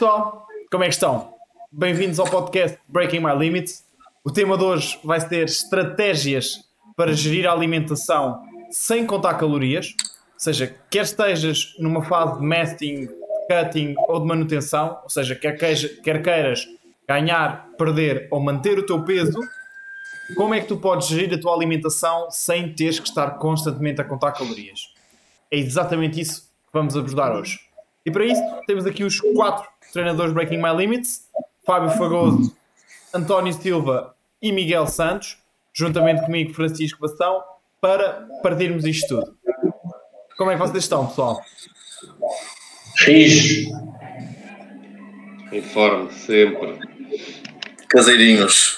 pessoal, como é que estão? Bem-vindos ao podcast Breaking My Limits. O tema de hoje vai ser estratégias para gerir a alimentação sem contar calorias. Ou seja, quer estejas numa fase de masting, de cutting ou de manutenção, ou seja, quer queiras ganhar, perder ou manter o teu peso, como é que tu podes gerir a tua alimentação sem teres que estar constantemente a contar calorias? É exatamente isso que vamos abordar hoje. E para isso, temos aqui os 4 treinadores Breaking My Limits: Fábio Fagoso, António Silva e Miguel Santos, juntamente comigo, Francisco Bastão, para partirmos isto tudo. Como é que vocês estão, pessoal? Fixe. Informe sempre. Caseirinhos.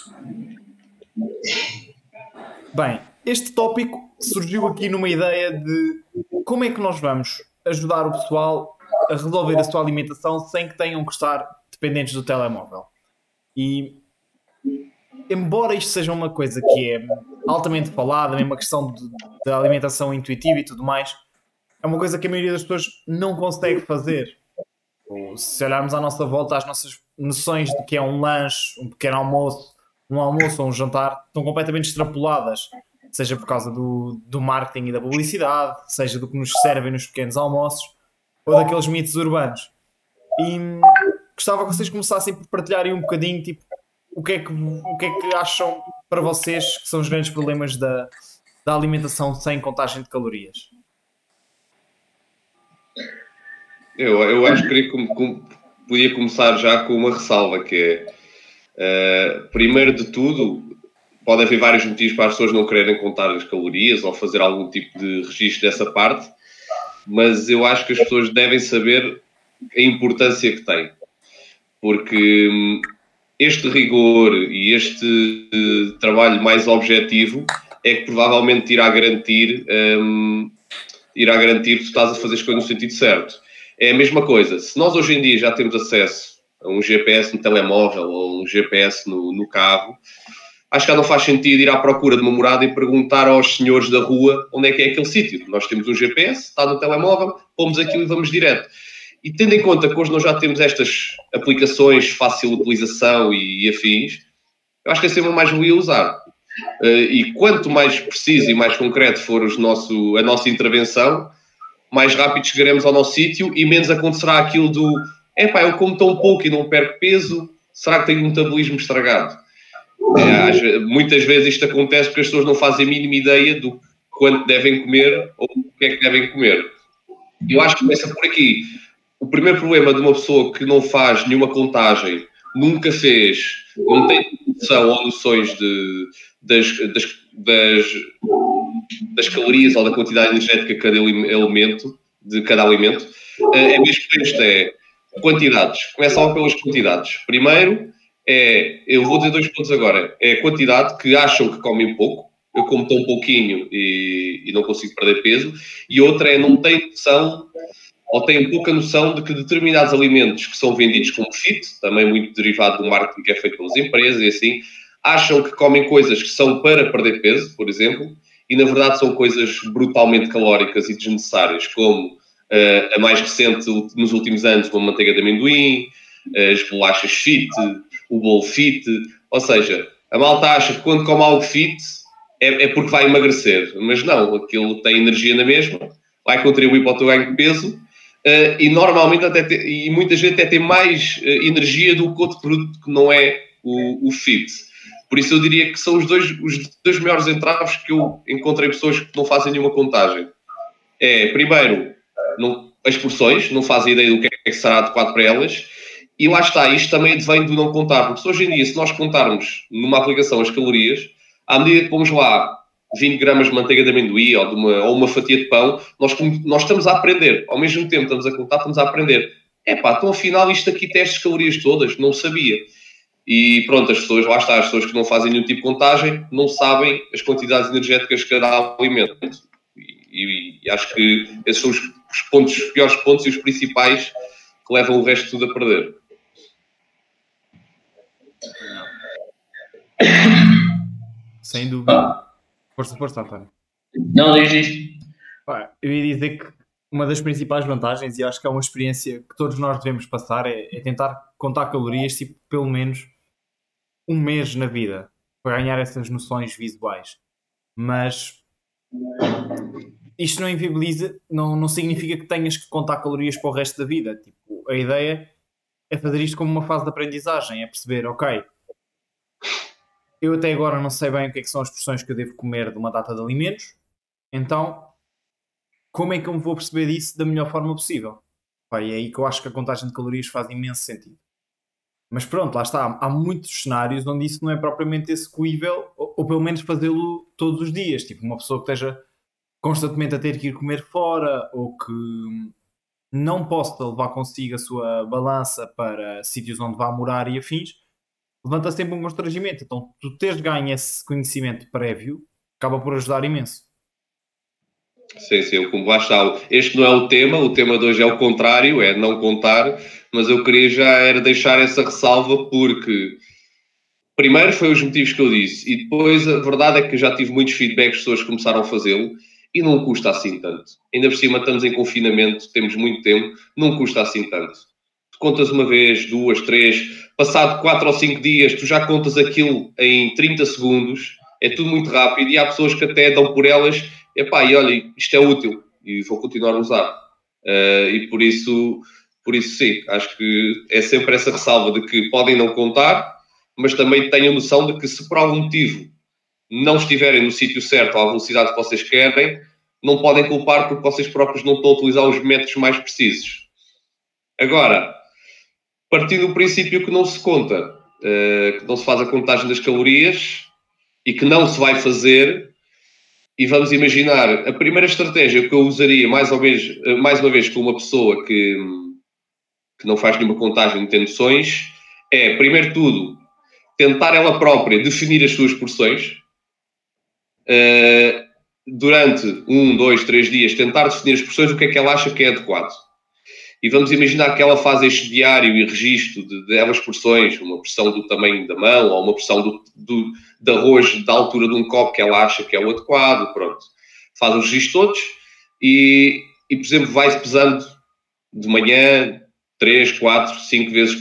Bem, este tópico surgiu aqui numa ideia de como é que nós vamos ajudar o pessoal a resolver a sua alimentação sem que tenham que estar dependentes do telemóvel. E embora isto seja uma coisa que é altamente falada, mesmo a questão da alimentação intuitiva e tudo mais, é uma coisa que a maioria das pessoas não consegue fazer. Ou, se olharmos à nossa volta, as nossas noções de que é um lanche, um pequeno almoço, um almoço ou um jantar, estão completamente extrapoladas, seja por causa do marketing e da publicidade, seja do que nos servem nos pequenos almoços, ou daqueles mitos urbanos. E gostava que vocês começassem por partilharem um bocadinho, tipo, o que é que acham para vocês que são os grandes problemas da alimentação sem contagem de calorias? Eu acho que podia começar já com uma ressalva, que é, primeiro de tudo, pode haver vários motivos para as pessoas não quererem contar as calorias ou fazer algum tipo de registro dessa parte, mas eu acho que as pessoas devem saber a importância que tem. Porque este rigor e este trabalho mais objetivo é que provavelmente irá garantir que tu estás a fazer as coisas no sentido certo. É a mesma coisa. Se nós hoje em dia já temos acesso a um GPS no telemóvel ou um GPS no carro, acho que já não faz sentido ir à procura de uma morada e perguntar aos senhores da rua onde é que é aquele sítio. Nós temos um GPS, está no telemóvel, pomos aquilo e vamos direto. E tendo em conta que hoje nós já temos estas aplicações de fácil utilização e afins, eu acho que é sempre mais valia usar. E quanto mais preciso e mais concreto for a nossa intervenção, mais rápido chegaremos ao nosso sítio e menos acontecerá aquilo do eu como tão pouco e não perco peso, será que tenho um metabolismo estragado? Muitas vezes isto acontece porque as pessoas não fazem a mínima ideia do quanto devem comer ou o que é que devem comer. Eu acho que começa por aqui. O primeiro problema de uma pessoa que não faz nenhuma contagem, nunca fez, não tem noção ou noções das calorias ou da quantidade energética de cada alimento, é mesmo isto, é quantidades. Começa logo pelas quantidades. Primeiro, eu vou dizer 2 pontos agora. É a quantidade que acham que comem pouco. Eu como tão pouquinho e não consigo perder peso. E outra é não têm noção ou têm pouca noção de que determinados alimentos que são vendidos como fit, também muito derivado do marketing que é feito pelas empresas e assim, acham que comem coisas que são para perder peso, por exemplo, e na verdade são coisas brutalmente calóricas e desnecessárias, como a mais recente, nos últimos anos, uma manteiga de amendoim, as bolachas fit, o bolo fit, ou seja, a malta acha que quando come algo fit é porque vai emagrecer, mas não, aquilo tem energia na mesma, vai contribuir para o teu ganho de peso, e normalmente e muita gente até tem mais energia do que outro produto que não é o fit. Por isso eu diria que são os dois maiores entraves que eu encontrei pessoas que não fazem nenhuma contagem. Primeiro, as porções, não fazem ideia do que é que será adequado para elas, e lá está, isto também vem do não contar, porque hoje em dia, se nós contarmos numa aplicação as calorias, à medida que pomos lá 20 gramas de manteiga de amendoim ou uma fatia de pão, nós estamos a aprender. Ao mesmo tempo estamos a contar, estamos a aprender. Então afinal isto aqui tem estas calorias todas, não sabia. E pronto, as pessoas que não fazem nenhum tipo de contagem, não sabem as quantidades energéticas de cada alimento. E acho que esses são os piores pontos e os principais que levam o resto tudo a perder. Sem dúvida. Força, António. Não, diz isto. Eu ia dizer que uma das principais vantagens, e acho que é uma experiência que todos nós devemos passar, é tentar contar calorias, tipo, pelo menos um mês na vida, para ganhar essas noções visuais. Mas isto não inviabiliza, não significa que tenhas que contar calorias para o resto da vida. Tipo, a ideia é fazer isto como uma fase de aprendizagem, é perceber, ok, eu até agora não sei bem o que é que são as porções que eu devo comer de uma data de alimentos, então como é que eu me vou perceber disso da melhor forma possível? Pá, e é aí que eu acho que a contagem de calorias faz imenso sentido. Mas pronto, lá está, há muitos cenários onde isso não é propriamente execuível, ou pelo menos fazê-lo todos os dias, tipo uma pessoa que esteja constantemente a ter que ir comer fora, ou que não possa levar consigo a sua balança para sítios onde vá morar e afins, levanta sempre um constrangimento. Então, tu teres ganho esse conhecimento prévio acaba por ajudar imenso. Sim, como lá está. Este não é o tema de hoje é o contrário, é não contar, mas eu queria já era deixar essa ressalva porque, primeiro, foi os motivos que eu disse, e depois a verdade é que já tive muitos feedbacks de pessoas que começaram a fazê-lo e não custa assim tanto. Ainda por cima estamos em confinamento, temos muito tempo, não custa assim tanto. Tu contas uma vez, duas, três, passado 4 ou 5 dias, tu já contas aquilo em 30 segundos, é tudo muito rápido e há pessoas que até dão por elas, epá, e olha, isto é útil e vou continuar a usar. E por isso sim, acho que é sempre essa ressalva de que podem não contar, mas também tenham noção de que se por algum motivo não estiverem no sítio certo, à velocidade que vocês querem, não podem culpar porque vocês próprios não estão a utilizar os métodos mais precisos. Agora, partindo do princípio que não se conta, que não se faz a contagem das calorias e que não se vai fazer, e vamos imaginar, a primeira estratégia que eu usaria mais uma vez com uma pessoa que não faz nenhuma contagem, não tem noções, é, primeiro de tudo, tentar ela própria definir as suas porções. Durante 1, 2, 3 dias, tentar definir as porções, o que é que ela acha que é adequado. E vamos imaginar que ela faz este diário e registro de elas porções, uma porção do tamanho da mão, ou uma porção de arroz da altura de um copo que ela acha que é o adequado, pronto. Faz os registros todos e por exemplo, vai-se pesando de manhã 3, 4, 5 vezes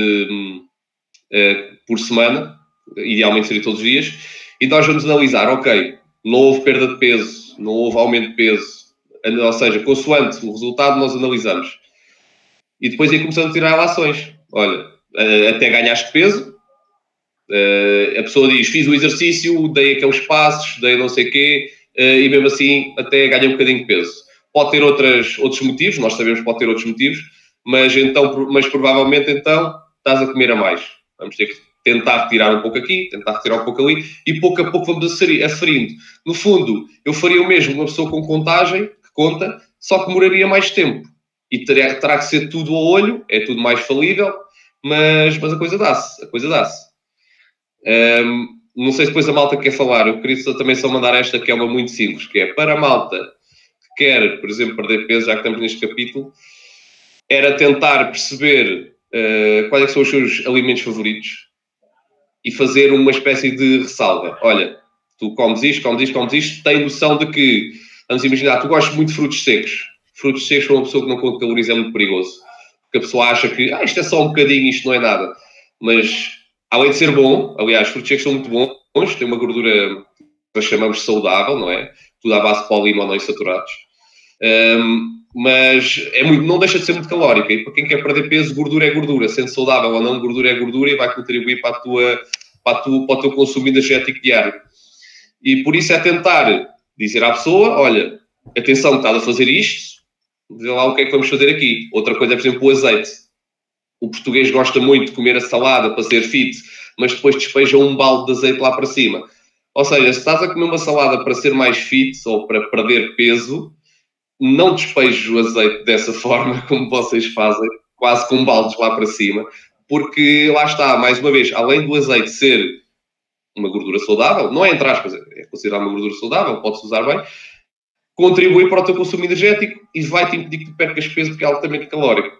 por semana, idealmente seria todos os dias, e nós vamos analisar, ok, não houve perda de peso, não houve aumento de peso, ou seja, consoante o resultado nós analisamos. E depois aí começamos a tirar relações. Olha, até ganhaste peso, a pessoa diz, fiz o exercício, dei aqueles passos, dei não sei o quê, e mesmo assim até ganhei um bocadinho de peso. Pode ter outros motivos, nós sabemos que pode ter outros motivos, mas provavelmente então estás a comer a mais. Vamos ter que tentar tirar um pouco aqui, tentar retirar um pouco ali, e pouco a pouco vamos aferindo. No fundo, eu faria o mesmo uma pessoa com contagem, que conta, só que demoraria mais tempo. E terá que ser tudo ao olho, é tudo mais falível, mas a coisa dá-se. Não sei se depois a malta quer falar, eu queria também só mandar esta que é uma muito simples, que é para a malta que quer, por exemplo, perder peso, já que estamos neste capítulo, era tentar perceber quais são os seus alimentos favoritos e fazer uma espécie de ressalva. Olha, tu comes isto, tem noção de que, vamos imaginar, tu gostas muito de frutos secos. Frutos secos para uma pessoa que não conta calorias é muito perigoso. Porque a pessoa acha que isto é só um bocadinho, isto não é nada. Mas, além de ser bom, aliás, frutos secos são muito bons, têm uma gordura que nós chamamos de saudável, não é? Tudo à base de poliinsaturadados. Mas não deixa de ser muito calórica. E para quem quer perder peso, gordura é gordura. Sendo saudável ou não, gordura é gordura e vai contribuir para o teu consumo energético diário. E por isso é tentar dizer à pessoa, olha, atenção, estás a fazer isto, vê lá o que é que vamos fazer aqui. Outra coisa é, por exemplo, o azeite. O português gosta muito de comer a salada para ser fit, mas depois despeja um balde de azeite lá para cima. Ou seja, se estás a comer uma salada para ser mais fit ou para perder peso, não despejo o azeite dessa forma como vocês fazem, quase com baldes lá para cima, porque lá está, mais uma vez, além do azeite ser uma gordura saudável, não é entre aspas, é considerado uma gordura saudável, pode-se usar bem, contribui para o teu consumo energético e vai-te impedir que tu percas peso porque é altamente calórico.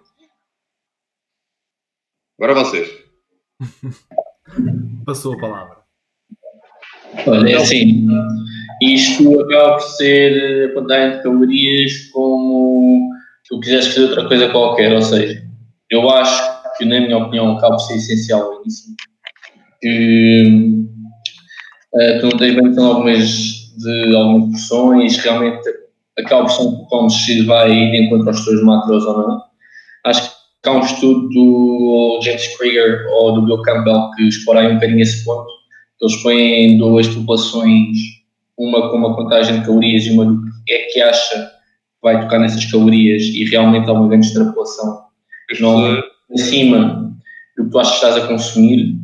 Agora vocês. Passou a palavra. Olha, é assim, isto acaba por ser a contagem de calorias como tu quiseres fazer outra coisa qualquer, ou seja, eu acho que, na minha opinião, acaba por ser essencial isso, que tu não tens bem noção de algumas porções, realmente aquela porção que tu comes se vai de encontro aos teus macros ou não. Acho que há um estudo do James Krieger ou do Bill Campbell que explora aí um bocadinho esse ponto, que eles põem duas populações, uma com uma contagem de calorias e uma do que é que acha que vai tocar nessas calorias, e realmente há uma grande extrapolação acima do que tu achas que estás a consumir.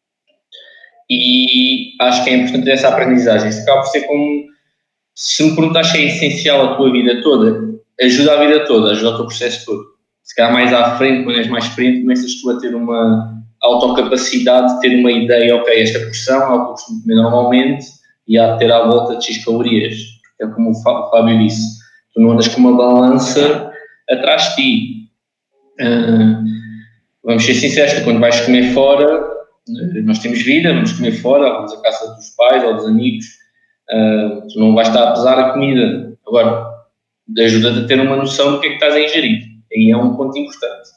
E acho que é importante essa aprendizagem. Isso acaba por ser como, se me perguntas se é essencial a tua vida toda, ajuda a vida toda, ajuda o teu processo todo. Se calhar mais à frente, quando és mais experiente, começas tu a ter uma autocapacidade de ter uma ideia, ok, esta porção é o que eu costumo comer normalmente e há de ter à volta de X calorias. É como o Fábio disse, tu não andas com uma balança atrás de ti. Vamos ser sinceros, tu quando vais comer fora, nós temos vida, vamos comer fora, vamos à casa dos pais ou dos amigos, tu não vais estar a pesar a comida. Agora, ajuda-te a ter uma noção do que é que estás a ingerir. Aí é um ponto importante.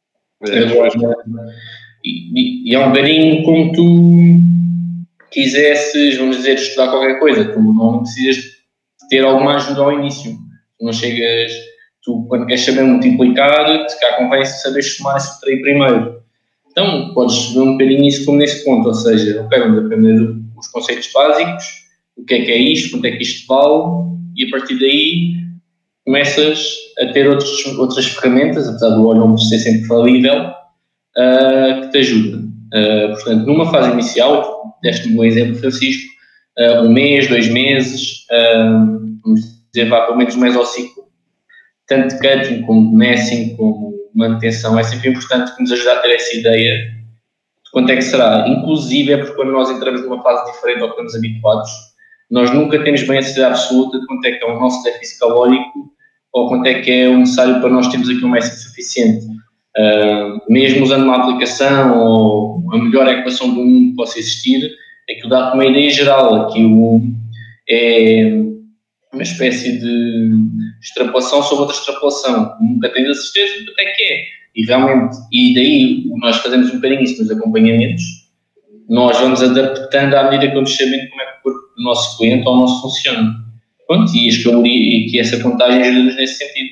E é um bocadinho como tu quisesses, vamos dizer, estudar qualquer coisa. Tu não precisas ter alguma ajuda ao início. Tu não chegas, tu quando queres saber multiplicar, se calhar convém saber somar e subtrair primeiro. Então, podes ver um bocadinho isso como nesse ponto, ou seja, ok, vamos aprender os conceitos básicos, o que é isto, quanto é que isto vale, e a partir daí começas a ter outras ferramentas, apesar do olho ser sempre falível, que te ajudam. Portanto, numa fase inicial, deste-me um bom exemplo, Francisco, 1 mês, 2 meses, vamos dizer, vá pelo menos um mês ao ciclo, tanto de cutting como de messing, como manutenção, é sempre importante que nos ajude a ter essa ideia de quanto é que será. Inclusive, é porque quando nós entramos numa fase diferente ao que estamos habituados, nós nunca temos bem a certeza absoluta de quanto é que é o nosso déficit calórico ou quanto é que é o necessário para nós termos aqui um messing suficiente. Mesmo usando uma aplicação ou a melhor equação do mundo que possa existir, aquilo dá-te uma ideia geral. Aquilo é uma espécie de extrapolação sobre outra extrapolação. Nunca tens a certeza de até que é. E realmente, e daí nós fazemos um bocadinho isso nos acompanhamentos, nós vamos adaptando à medida que vamos sabendo como é que o corpo do nosso cliente ou o nosso funciona. Pronto, e as calorias, e que essa contagem ajuda-nos nesse sentido.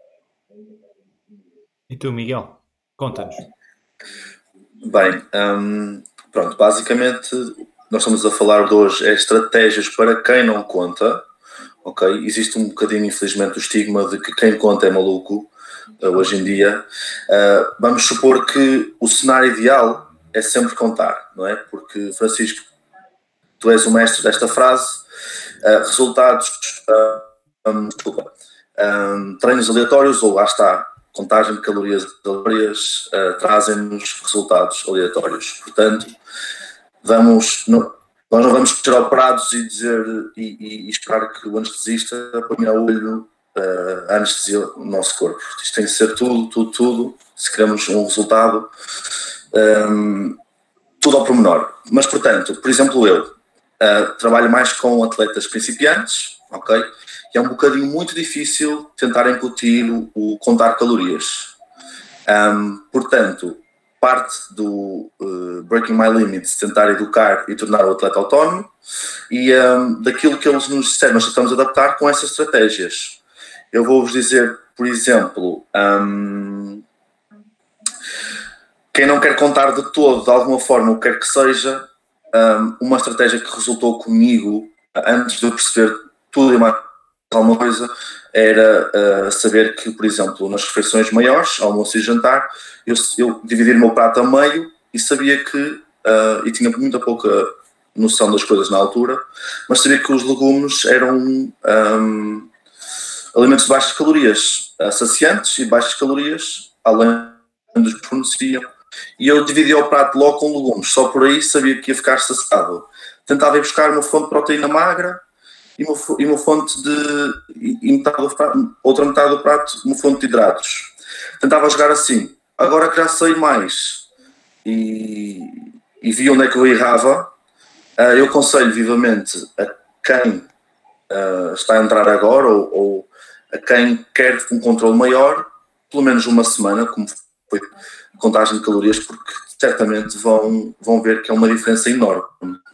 E tu, Miguel? Conta-nos. Bem, pronto, basicamente nós estamos a falar de hoje estratégias para quem não conta, ok? Existe um bocadinho, infelizmente, o estigma de que quem conta é maluco, hoje em dia. Vamos supor que o cenário ideal é sempre contar, não é? Porque, Francisco, tu és o mestre desta frase, resultados, treinos aleatórios, ou lá está, contagem de calorias aleatórias, trazem-nos resultados aleatórios. Portanto, nós não vamos ser operados e dizer e esperar que o anestesista ponha o olho a anestesia o nosso corpo. Isto tem que ser tudo, se queremos um resultado, tudo ao pormenor. Mas, portanto, por exemplo, eu trabalho mais com atletas principiantes, ok? E é um bocadinho muito difícil tentar incutir o contar calorias. Portanto, parte do Breaking My Limits, tentar educar e tornar o atleta autónomo, e daquilo que eles nos disseram, nós tentamos adaptar com essas estratégias. Eu vou-vos dizer, por exemplo, quem não quer contar de todo, de alguma forma, o que quer que seja, uma estratégia que resultou comigo, antes de eu perceber tudo e mais alguma coisa, era saber que, por exemplo, nas refeições maiores, almoço e jantar, eu dividir o meu prato a meio e sabia que, e tinha muita pouca noção das coisas na altura, mas sabia que os legumes eram alimentos de baixas calorias, saciantes e baixas calorias, além dos que forneciam. E eu dividia o prato logo com legumes, só por aí sabia que ia ficar saciado. Tentava ir buscar uma fonte de proteína magra e uma fonte outra metade do prato, uma fonte de hidratos. Tentava jogar assim. Agora que já sei mais e vi onde é que eu errava, eu aconselho vivamente a quem está a entrar agora ou a quem quer um controle maior, pelo menos uma semana, como foi a contagem de calorias, porque certamente vão ver que é uma diferença enorme.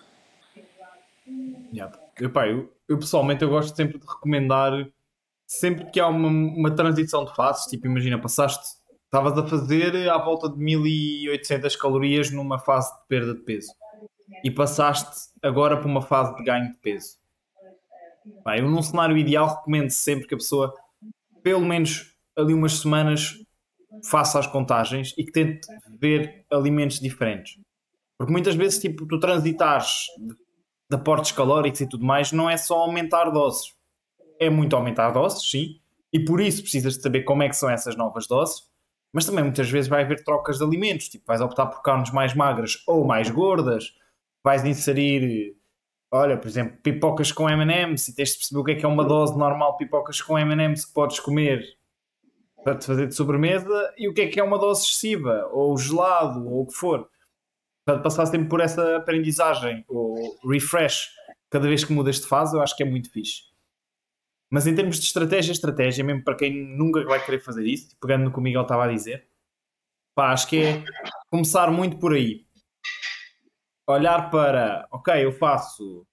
Eu pessoalmente eu gosto sempre de recomendar, sempre que há uma transição de fases, tipo, imagina, estavas a fazer à volta de 1800 calorias numa fase de perda de peso e passaste agora para uma fase de ganho de peso. Eu num cenário ideal recomendo sempre que a pessoa, pelo menos ali umas semanas, faça as contagens e que tente ver alimentos diferentes. Porque muitas vezes, tipo, tu transitares de aportes calóricos e tudo mais, não é só aumentar doses. É muito aumentar doses, sim, e por isso precisas de saber como é que são essas novas doses, mas também muitas vezes vai haver trocas de alimentos, tipo, vais optar por carnes mais magras ou mais gordas, vais inserir, olha, por exemplo, pipocas com M&M's, e tens de perceber o que é uma dose normal de pipocas com M&M's que podes comer para te fazer de sobremesa e o que é uma dose excessiva, ou gelado, ou o que for. Portanto, passar sempre por essa aprendizagem, ou refresh, cada vez que mudas de fase, eu acho que é muito fixe. Mas em termos de estratégia, mesmo para quem nunca vai querer fazer isso, pegando no que o Miguel estava a dizer, acho que é começar muito por aí. Olhar para, ok, eu faço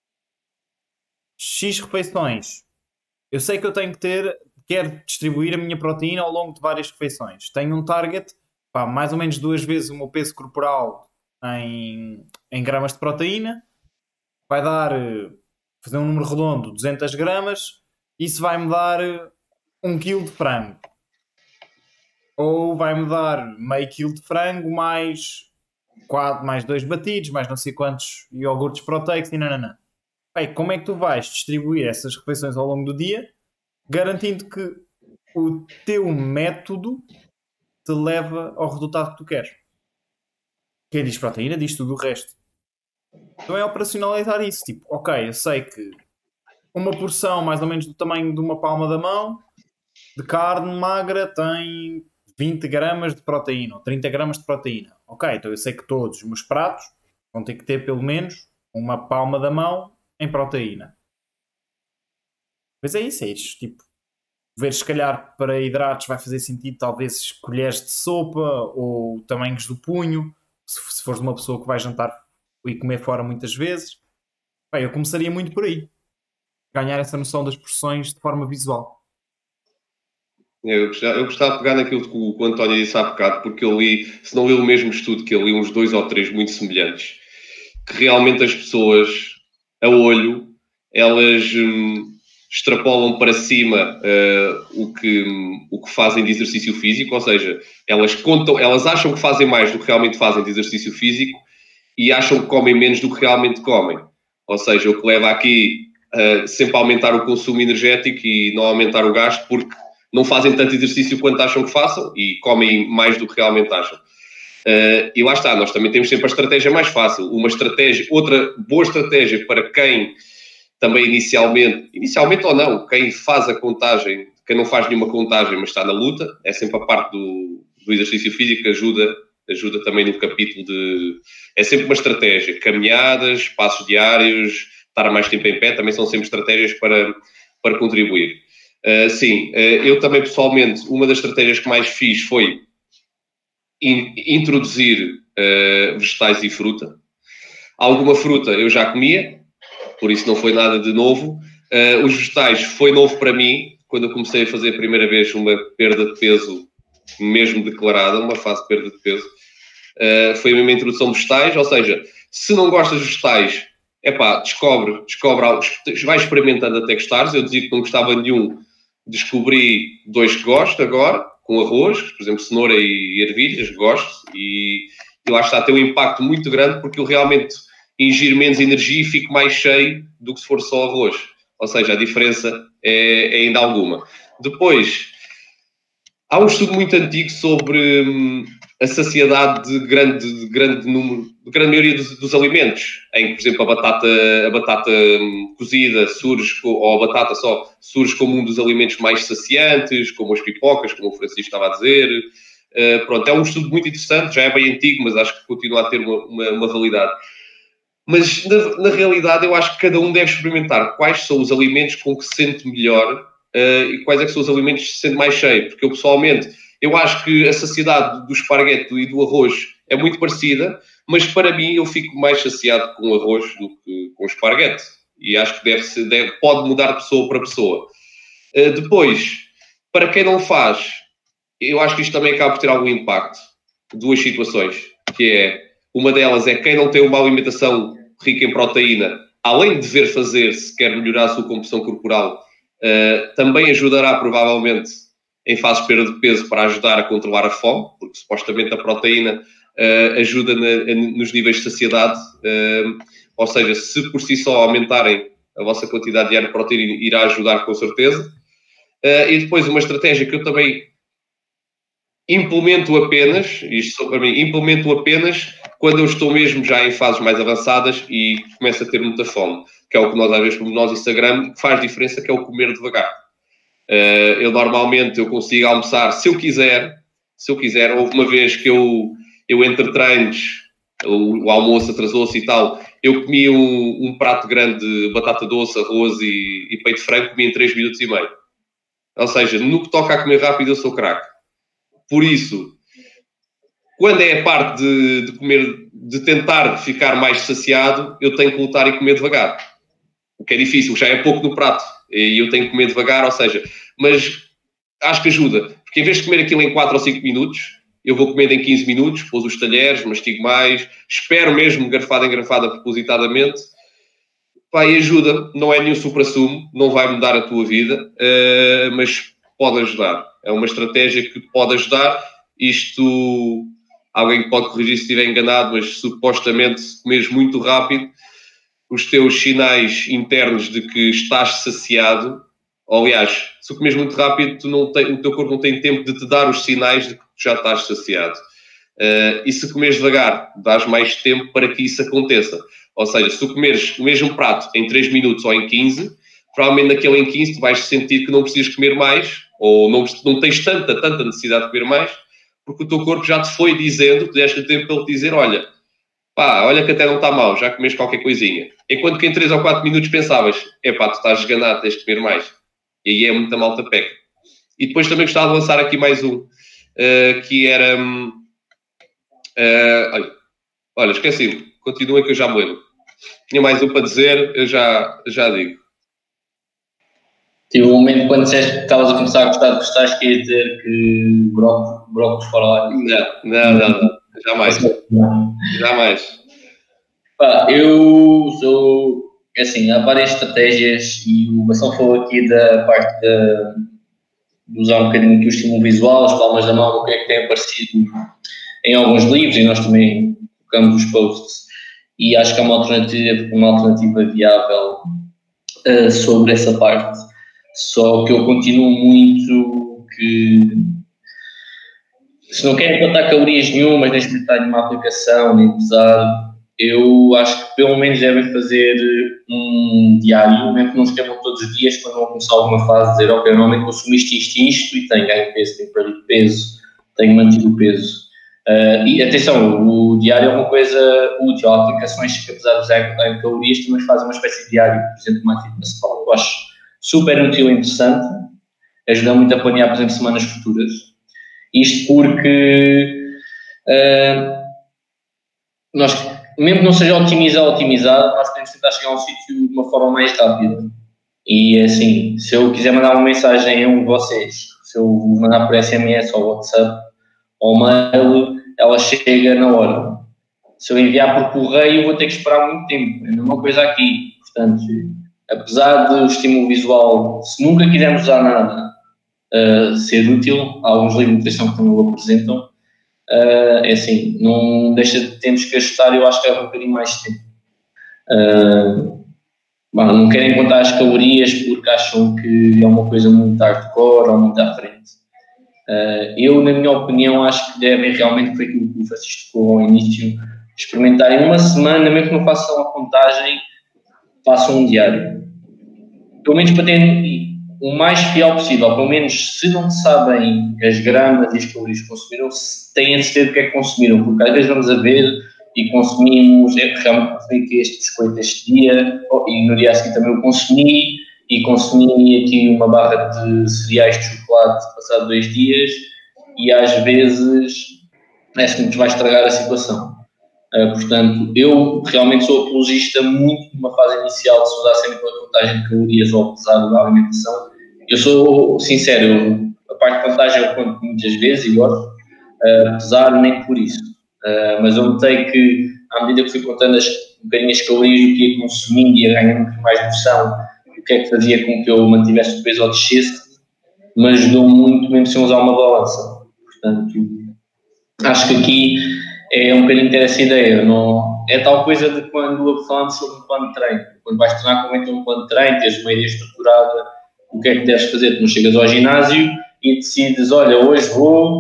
X refeições. Eu sei que eu tenho que quero distribuir a minha proteína ao longo de várias refeições. Tenho um target, mais ou menos 2 vezes o meu peso corporal em gramas de proteína. Vai dar, fazer um número redondo, 200 gramas. Isso vai-me dar 1 kg de frango. Ou vai-me dar meio quilo de frango mais 2 batidos, mais não sei quantos iogurtes proteicos e nananã. Como é que tu vais distribuir essas refeições ao longo do dia, garantindo que o teu método te leva ao resultado que tu queres? Quem diz proteína diz tudo o resto. Então é operacionalizar isso. Tipo, ok, eu sei que uma porção mais ou menos do tamanho de uma palma da mão de carne magra tem 20 gramas de proteína ou 30 gramas de proteína. Ok, então eu sei que todos os meus pratos vão ter que ter pelo menos uma palma da mão em proteína. Mas é isso. Tipo, ver se calhar para hidratos vai fazer sentido talvez colheres de sopa ou tamanhos do punho, se fores uma pessoa que vai jantar e comer fora muitas vezes. Eu começaria muito por aí. Ganhar essa noção das porções de forma visual. Eu gostava de pegar naquilo que o António disse há bocado, porque eu li, se não li o mesmo estudo que eu li, uns 2 ou 3 muito semelhantes, que realmente as pessoas, a olho, elas extrapolam para cima o que fazem de exercício físico, ou seja, elas acham que fazem mais do que realmente fazem de exercício físico e acham que comem menos do que realmente comem. Ou seja, o que leva aqui sempre a aumentar o consumo energético e não aumentar o gasto, porque não fazem tanto exercício quanto acham que façam e comem mais do que realmente acham. E lá está, nós também temos sempre a estratégia mais fácil. Outra boa estratégia para quem também inicialmente ou não, quem faz a contagem, quem não faz nenhuma contagem, mas está na luta, é sempre a parte do exercício físico que ajuda também no capítulo de... É sempre uma estratégia. Caminhadas, passos diários, estar mais tempo em pé, também são sempre estratégias para contribuir. Sim, eu também pessoalmente, uma das estratégias que mais fiz foi introduzir vegetais e fruta. Alguma fruta eu já comia, por isso não foi nada de novo. Os vegetais foi novo para mim, quando eu comecei a fazer a primeira vez uma perda de peso mesmo declarada, uma fase de perda de peso. Foi a mesma introdução de vegetais, ou seja, se não gostas de vegetais, descobre algo, vai experimentando até gostares. Eu dizia que não gostava de nenhum, descobri 2 que gosto agora, com arroz, por exemplo, cenoura e ervilhas, gosto, e eu acho que está a ter um impacto muito grande, porque eu realmente ingiro menos energia e fico mais cheio do que se for só arroz. Ou seja, a diferença é ainda alguma. Depois, há um estudo muito antigo sobre a saciedade de grande maioria dos alimentos, em que, por exemplo, a batata cozida surge, ou a batata só surge como um dos alimentos mais saciantes, como as pipocas, como o Francisco estava a dizer. É um estudo muito interessante, já é bem antigo, mas acho que continua a ter uma validade. Mas, na realidade, eu acho que cada um deve experimentar quais são os alimentos com que se sente melhor e quais é que são os alimentos que se sente mais cheio. Porque eu, pessoalmente, eu acho que a saciedade do esparguete e do arroz é muito parecida, mas para mim eu fico mais saciado com o arroz do que com o esparguete. E acho que pode mudar de pessoa para pessoa. Depois, para quem não faz, eu acho que isto também acaba por ter algum impacto. Duas situações, que é, uma delas é quem não tem uma alimentação rica em proteína, além de dever fazer, se quer melhorar a sua composição corporal, também ajudará provavelmente em fase de perda de peso para ajudar a controlar a fome, porque supostamente a proteína ajuda nos níveis de saciedade, ou seja, se por si só aumentarem a vossa quantidade diária de proteína, irá ajudar com certeza. E depois uma estratégia que eu também implemento apenas quando eu estou mesmo já em fases mais avançadas e começo a ter muita fome, que é o que nós às vezes nós Instagram, que faz diferença, que é o comer devagar. Eu normalmente consigo almoçar, se eu quiser, houve uma vez que eu entre treinos, o almoço atrasou-se e tal, eu comi um prato grande de batata doce, arroz e peito de frango, comi em 3 minutos e meio. Ou seja, no que toca a comer rápido eu sou craque. Por isso, quando é a parte de comer, de tentar ficar mais saciado, eu tenho que lutar e comer devagar. O que é difícil, já é pouco no prato. E eu tenho que comer devagar, ou seja, mas acho que ajuda. Porque em vez de comer aquilo em 4 ou 5 minutos, eu vou comer em 15 minutos, pôs os talheres, mastigo mais, espero mesmo garfada em garfada propositadamente. Pá, e ajuda, não é nenhum supra-sumo, não vai mudar a tua vida, mas pode ajudar. É uma estratégia que pode ajudar. Isto, alguém pode corrigir se estiver enganado, mas supostamente se comeres muito rápido, os teus sinais internos de que estás saciado, ou, aliás, se comeres muito rápido, o teu corpo não tem tempo de te dar os sinais de que já estás saciado. E se comeres devagar, dás mais tempo para que isso aconteça. Ou seja, se tu comeres o mesmo prato em 3 minutos ou em 15, provavelmente naquele em 15 tu vais sentir que não precisas comer mais, ou não tens tanta necessidade de comer mais, porque o teu corpo já te foi dizendo, tu deste tempo para ele te dizer, olha que até não está mal, já comeste qualquer coisinha. Enquanto que em 3 ou 4 minutos pensavas, tu estás esganado, tens de comer mais. E aí é muita malta peca. E depois também gostava de lançar aqui mais um, que era... olha, esqueci-me. Continuem que eu já me lembro. Tinha mais um para dizer, eu já digo. Tive um momento quando disseste que estavas a começar a gostar de vegetais que ias dizer que brócolis fora lá. Não. Jamais. Pá, eu sou... Assim, há várias estratégias e o Bação falou aqui da parte de usar um bocadinho aqui o estímulo visual, as palmas da mão, o que é que tem aparecido em alguns livros e nós também colocamos os posts. E acho que há uma alternativa viável sobre essa parte. Só que eu continuo muito que se não querem contar calorias nenhumas, nem experimentar nenhuma aplicação, nem pesar, eu acho que pelo menos devem fazer um diário, mesmo que não escrevam todos os dias, quando vão começar alguma fase, dizer, ok, normalmente consumo isto e tenho ganho peso, tenho perdido peso, tenho mantido o peso. E atenção, o diário é uma coisa útil. Há aplicações que, apesar de usar calorias, também fazem uma espécie de diário, por exemplo, uma Fitness Pal. Eu acho super útil e interessante, ajuda muito a planear, por exemplo, semanas futuras. Isto porque nós, mesmo que não seja otimizado, nós podemos tentar chegar a um sítio de uma forma mais rápida. E assim, se eu quiser mandar uma mensagem a um de vocês, se eu mandar por SMS ou WhatsApp ou mail, ela chega na hora. Se eu enviar por correio, vou ter que esperar muito tempo. É a mesma coisa aqui. Portanto, apesar do estímulo visual, se nunca quisermos usar nada, ser útil, há alguns livros de nutrição que também o apresentam, é assim, não deixa de termos que ajustar, eu acho que é um bocadinho mais de tempo. Não querem contar as calorias porque acham que é uma coisa muito hardcore ou muito à frente. Eu, na minha opinião, acho que devem realmente, foi aquilo que o Francisco falou ao início, experimentarem uma semana, mesmo que não façam a contagem, façam um diário. Pelo menos para terem o mais fiel possível. Pelo menos, se não sabem as gramas e as calorias que consumiram, têm a certeza do que é que consumiram. Porque às vezes vamos a ver e consumimos, realmente consumi este biscoito este dia, e no dia a seguir também o consumi, e consumi aqui uma barra de cereais de chocolate passado 2 dias e às vezes parece-me que vai estragar a situação. Portanto, eu realmente sou apologista muito numa fase inicial de se usar sempre a contagem de calorias ou pesado da alimentação. Eu sou sincero, a parte de contagem eu conto muitas vezes e gosto, pesar nem por isso. Mas eu notei que à medida que fui contando um bocadinho as calorias do que ia consumindo e ia ganhando muito mais noção do que é que fazia com que eu mantivesse o peso ou descesse, me ajudou muito mesmo sem usar uma balança. Portanto, acho que aqui é um bocadinho ter essa ideia. Não, é tal coisa de quando falamos sobre um plano de treino. Quando vais treinar, como é que é um plano de treino, tens uma ideia estruturada do que é que deves fazer. Tu não chegas ao ginásio e decides, olha, hoje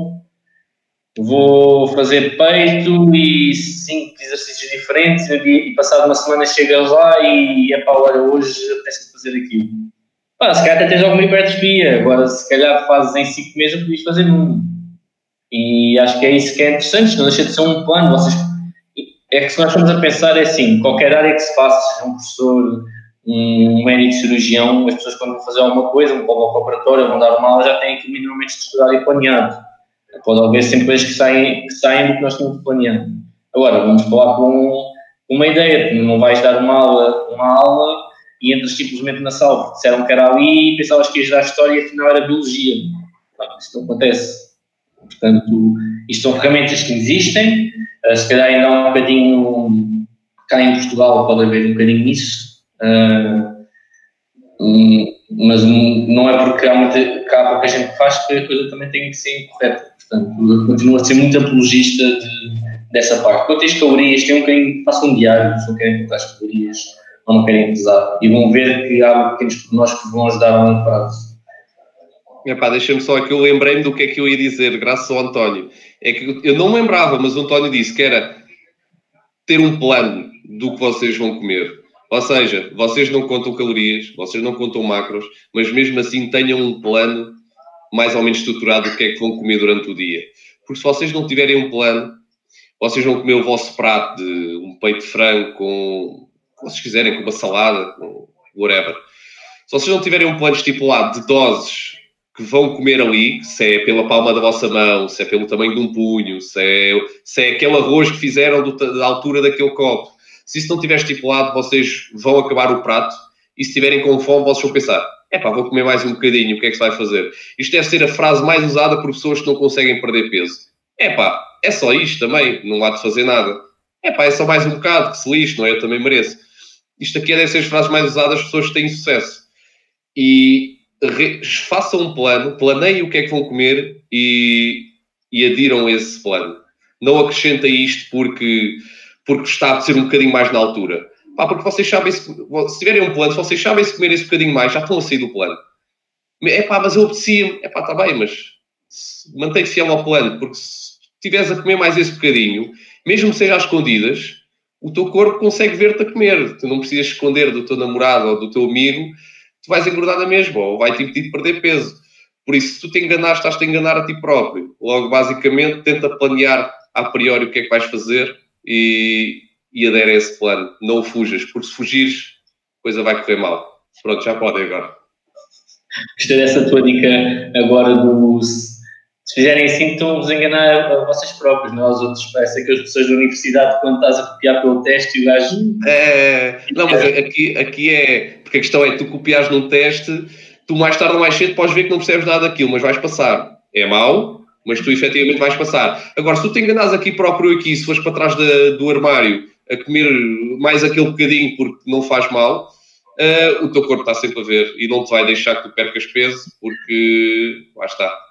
vou fazer peito e 5 exercícios diferentes e passado uma semana chegas lá e olha, hoje apetece fazer aquilo. Se calhar até tens alguma hipertrofia, agora se calhar fazes em 5 meses, podias fazer num. E acho que é isso que é interessante, não deixa de ser um plano. É que se nós estamos a pensar, é assim, qualquer área que se faça, seja um professor, um médico cirurgião, as pessoas quando vão fazer alguma coisa, vão para o operatório, vão dar uma aula, já têm aquilo minimamente estruturado e planeado. Pode haver sempre coisas que saem do que nós tínhamos planeado. Agora, vamos falar com uma ideia, não vais dar uma aula e entras simplesmente na sala porque disseram que era ali e pensavas que ias dar história e afinal era biologia. Isto não acontece. Portanto, isto são ferramentas que existem, se calhar ainda há um bocadinho, cá em Portugal pode haver um bocadinho nisso, mas não é porque há pouca gente que faz que a coisa também tem que ser incorreta. Portanto, eu continuo a ser muito apologista dessa parte. Quanto às calorias, tem um bocadinho, façam um diário, se não querem contar as calorias ou não querem pesar, e vão ver que há pequenos pormenores que vão ajudar a longo prazo. Deixa-me só que eu lembrei-me do que é que eu ia dizer, graças ao António. É que eu não me lembrava, mas o António disse que era ter um plano do que vocês vão comer. Ou seja, vocês não contam calorias, vocês não contam macros, mas mesmo assim tenham um plano mais ou menos estruturado do que é que vão comer durante o dia. Porque se vocês não tiverem um plano, vocês vão comer o vosso prato de um peito de frango com, se vocês quiserem, com uma salada, com whatever. Se vocês não tiverem um plano estipulado de doses que vão comer ali, se é pela palma da vossa mão, se é pelo tamanho de um punho, se é aquele arroz que fizeram da altura daquele copo, se isso não estiver estipulado, vocês vão acabar o prato e se estiverem com fome, vocês vão pensar, vou comer mais um bocadinho, o que é que se vai fazer? Isto deve ser a frase mais usada por pessoas que não conseguem perder peso. É só isto também, não há de fazer nada. É só mais um bocado, que se lixe, não é? Eu também mereço. Isto aqui deve ser as frases mais usadas das pessoas que têm sucesso. E façam um plano, planeiem o que é que vão comer e adiram a esse plano. Não acrescentem isto porque está a ser um bocadinho mais na altura. Porque vocês sabem, se tiverem um plano, se vocês sabem se comer esse bocadinho mais, já estão a sair do plano. Mas eu apetecia-me. Está bem, mas mantém-te fiel ao plano, porque se estiveres a comer mais esse bocadinho, mesmo que seja às escondidas, o teu corpo consegue ver-te a comer. Tu não precisas esconder do teu namorado ou do teu amigo, tu vais engordar na mesma, ou vai-te impedir de perder peso. Por isso, se tu te enganares, estás-te a enganar a ti próprio. Logo, basicamente, tenta planear a priori o que é que vais fazer e adere a esse plano. Não o fujas, porque se fugires, a coisa vai correr mal. Pronto, já podem agora. Gostei dessa tua dica agora se fizerem assim, estão-vos a enganar a vocês próprios, não aos outros. Parece aquelas pessoas da universidade quando estás a copiar pelo teste e o gajo... Não, mas aqui é... Porque a questão é, tu copiares num teste, tu mais tarde ou mais cedo podes ver que não percebes nada daquilo, mas vais passar. É mau, mas tu efetivamente vais passar. Agora, se tu te enganares aqui próprio se fores para trás do armário a comer mais aquele bocadinho porque não faz mal, o teu corpo está sempre a ver e não te vai deixar que tu percas peso porque, lá está,